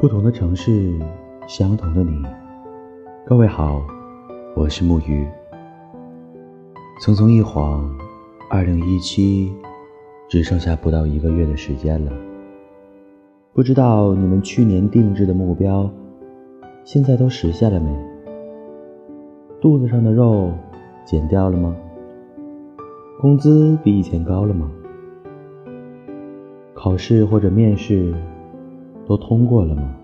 不同的城市，相同的你。各位好，我是木鱼。匆匆一晃，2017只剩下不到1个月的时间了。不知道你们去年定制的目标，现在都实现了没？肚子上的肉减掉了吗？工资比以前高了吗？考试或者面试都通过了吗？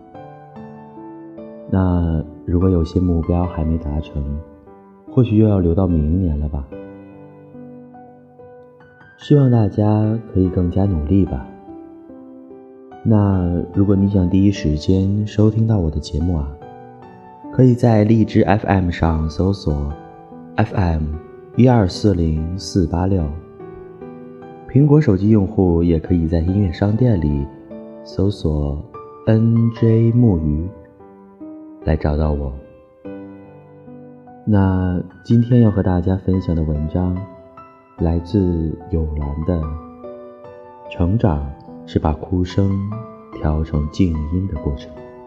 那如果有些目标还没达成，或许又要留到明年了吧。希望大家可以更加努力吧。那如果你想第一时间收听到我的节目啊，可以在荔枝 FM 上搜索 FM1240486，苹果手机用户也可以在音乐商店里搜索 NJ 木鱼来找到我。那今天要和大家分享的文章来自有兰的成长是把哭声调成静音的过程。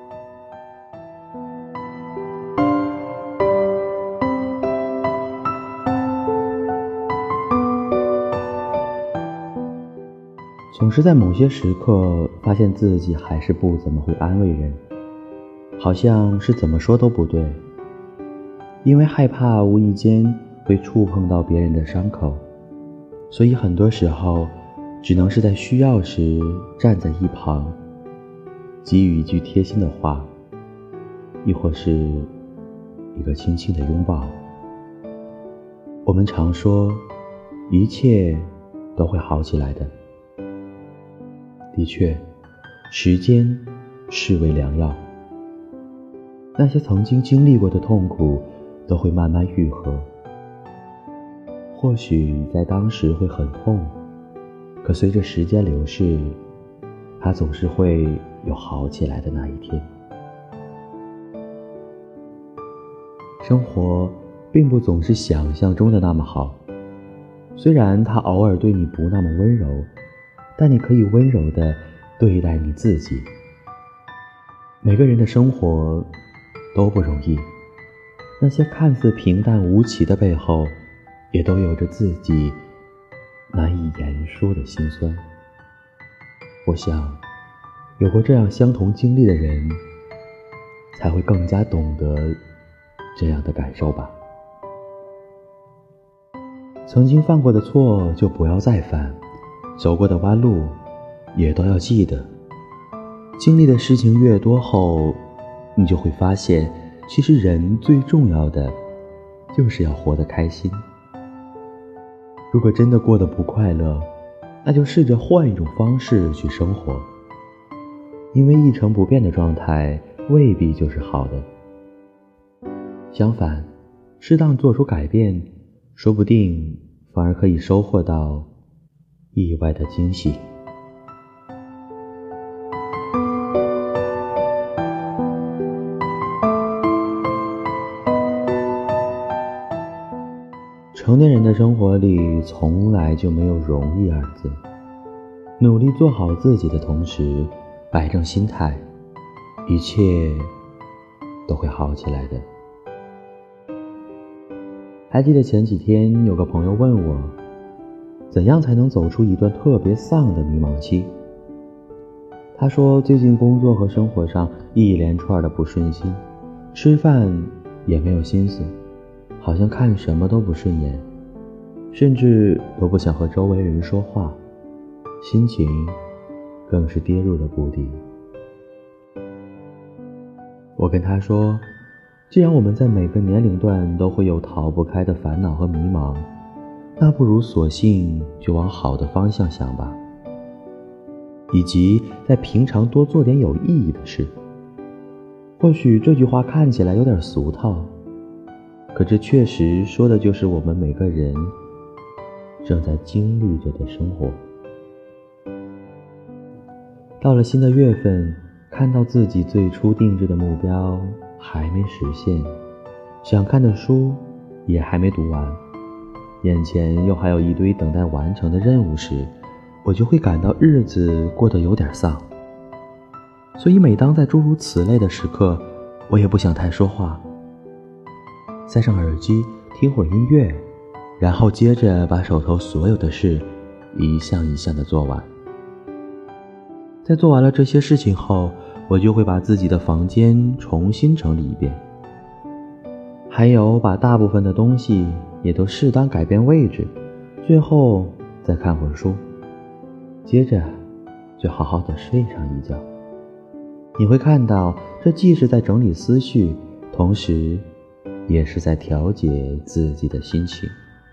总是在某些时刻发现自己还是不怎么会安慰人，好像是怎么说都不对，因为害怕无意间会触碰到别人的伤口，所以很多时候只能是在需要时站在一旁，给予一句贴心的话，亦或是一个轻轻的拥抱。我们常说一切都会好起来的，的确，时间是为良药，那些曾经经历过的痛苦都会慢慢愈合。或许在当时会很痛，可随着时间流逝，它总是会有好起来的那一天。生活并不总是想象中的那么好，虽然它偶尔对你不那么温柔，但你可以温柔地对待你自己。每个人的生活都不容易，那些看似平淡无奇的背后，也都有着自己难以言说的辛酸。我想，有过这样相同经历的人，才会更加懂得这样的感受吧。曾经犯过的错就不要再犯，走过的弯路也都要记得。经历的事情越多后，你就会发现，其实人最重要的就是要活得开心。如果真的过得不快乐，那就试着换一种方式去生活，因为一成不变的状态未必就是好的。相反，适当做出改变，说不定反而可以收获到意外的惊喜。成年人的生活里从来就没有容易二字，努力做好自己的同时，摆正心态，一切都会好起来的。还记得前几天有个朋友问我，怎样才能走出一段特别丧的迷茫期？他说最近工作和生活上一连串的不顺心，吃饭也没有心思，好像看什么都不顺眼，甚至都不想和周围人说话，心情更是跌入了谷底。我跟他说，既然我们在每个年龄段都会有逃不开的烦恼和迷茫，那不如索性就往好的方向想吧，以及在平常多做点有意义的事。或许这句话看起来有点俗套，可这确实说的就是我们每个人正在经历着的生活。到了新的月份，看到自己最初定制的目标还没实现，想看的书也还没读完，眼前又还有一堆等待完成的任务时，我就会感到日子过得有点丧。 所以每当在诸如此类的时刻，我也不想太说话，塞上耳机听会儿音乐，然后接着把手头所有的事一项一项地做完。在做完了这些事情后，我就会把自己的房间重新整理一遍，还有把大部分的东西也都适当改变位置，最后再看会儿书，接着就好好的睡上一觉。你会看到，这既是在整理思绪，同时也是在调节自己的心情。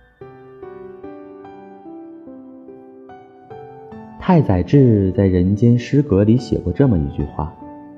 太宰治在《人间失格》里写过这么一句话：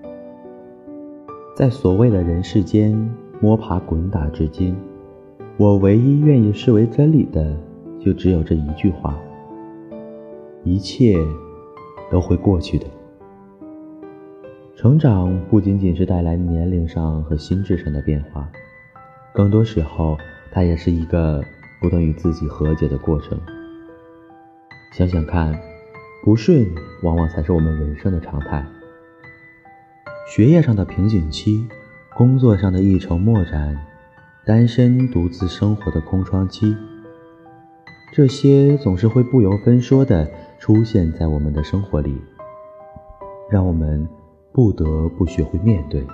在所谓的人世间摸爬滚打至今，我唯一愿意视为真理的，就只有这一句话：一切都会过去的。成长不仅仅是带来年龄上和心智上的变化，更多时候它也是一个不断与自己和解的过程。想想看，不顺往往才是我们人生的常态。学业上的瓶颈期，工作上的一筹莫展，单身独自生活的空窗期，这些总是会不由分说地出现在我们的生活里，让我们不得不学会面对。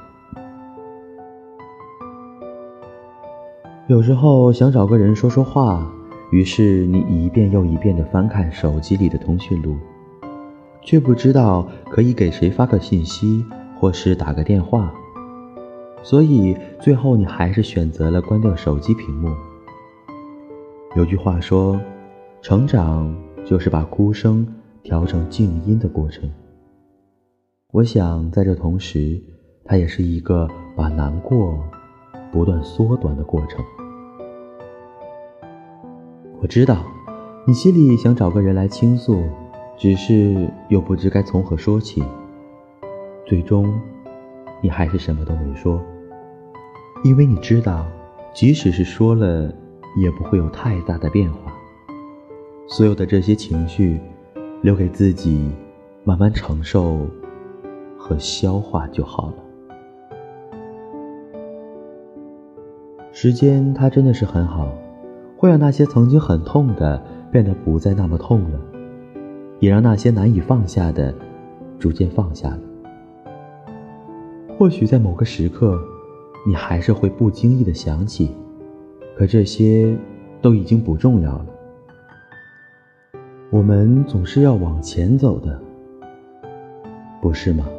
有时候想找个人说说话，于是你一遍又一遍地翻看手机里的通讯录，却不知道可以给谁发个信息，或是打个电话，所以最后你还是选择了关掉手机屏幕。有句话说，成长就是把哭声调成静音的过程。我想在这同时，它也是一个把难过不断缩短的过程。我知道你心里想找个人来倾诉，只是又不知该从何说起，最终你还是什么都没说，因为你知道即使是说了也不会有太大的变化。所有的这些情绪留给自己慢慢承受和消化就好了。时间它真的是很好，会让那些曾经很痛的变得不再那么痛了，也让那些难以放下的逐渐放下了。或许在某个时刻你还是会不经意地想起，可这些都已经不重要了。我们总是要往前走的，不是吗？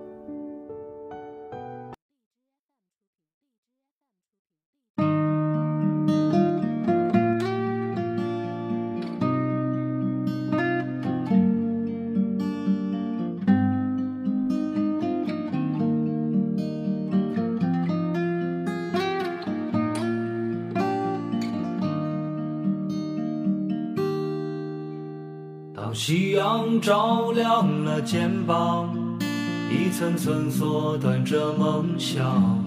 当夕阳照亮了肩膀，一层层缩短着梦想。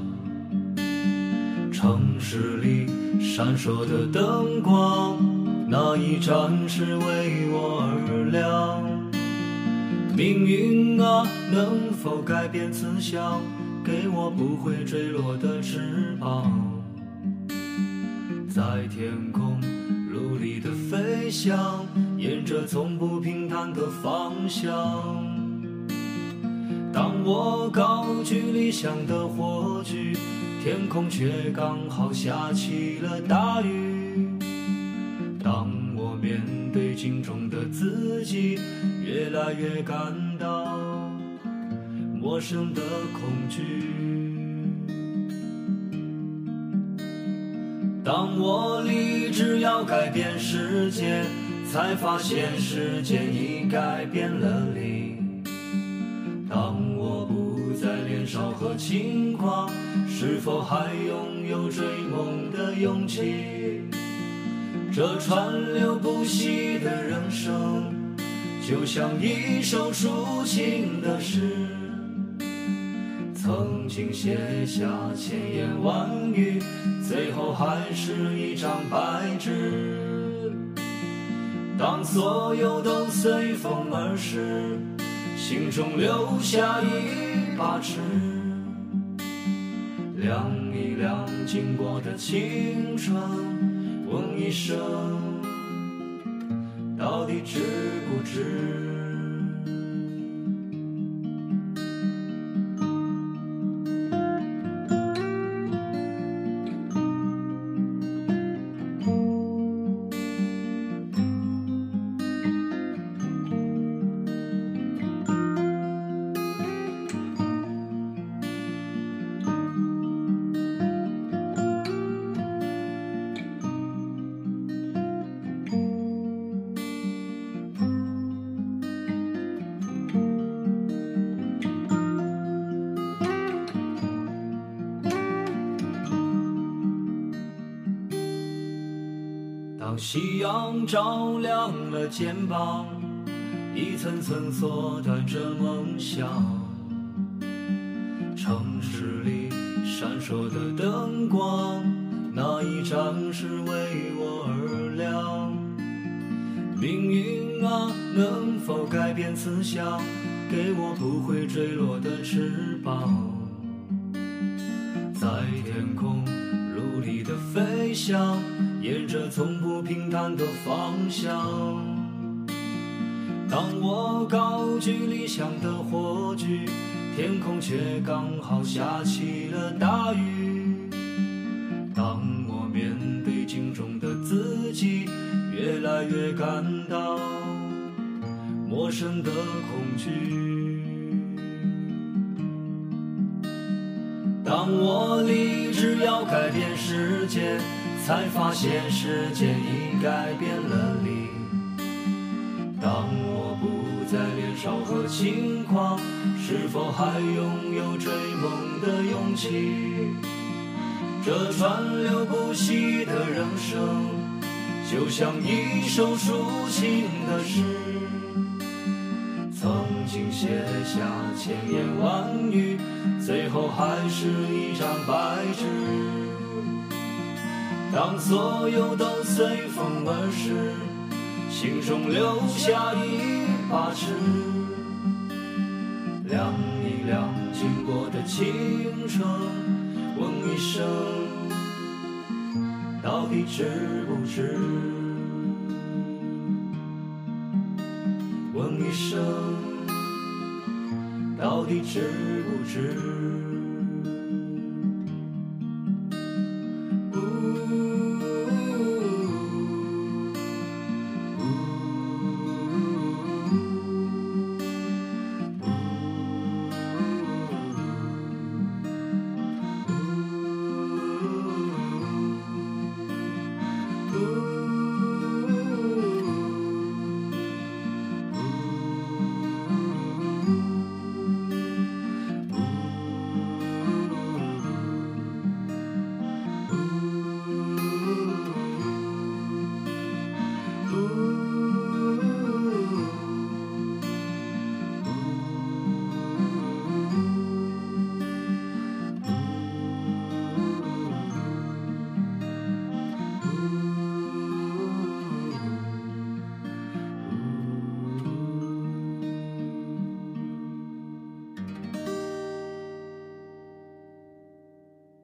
城市里闪烁的灯光，那一盏是为我而亮。命运啊，能否改变慈祥，给我不会坠落的翅膀，在天空努力的飞翔，沿着从不平坦的方向。当我高举理想的火炬，天空却刚好下起了大雨。当我面对镜中的自己，越来越感到陌生的恐惧。当我立志要改变世界，才发现世界已改变了你。当我不再年少和轻狂，是否还拥有追梦的勇气？这川流不息的人生，就像一首抒情的诗，曾经写下千言万语，最后还是一张白纸。当所有都随风而逝， 心中留下一把尺，量一量经过的青春，问一声，到底值不值？当夕阳照亮了肩膀，一层层缩短着梦想。城市里闪烁的灯光，那一盏是为我而亮。命运啊，能否改变思想，给我不会坠落的翅膀，在天空如里的飞翔，沿着从不平坦的方向。当我高举理想的火炬，天空却刚好下起了大雨。当我面对镜中的自己，越来越感到陌生的恐惧。当我立志要改变世界，才发现世界已改变了你。当我不再年少和轻狂，是否还拥有追梦的勇气？这川流不息的人生，就像一首抒情的诗，曾经写下千言万语，最后还是一张白纸。当所有都随风而逝，心中留下一把尺，量一量经过的青春，问一声，到底值不值？问一声，到底值不值？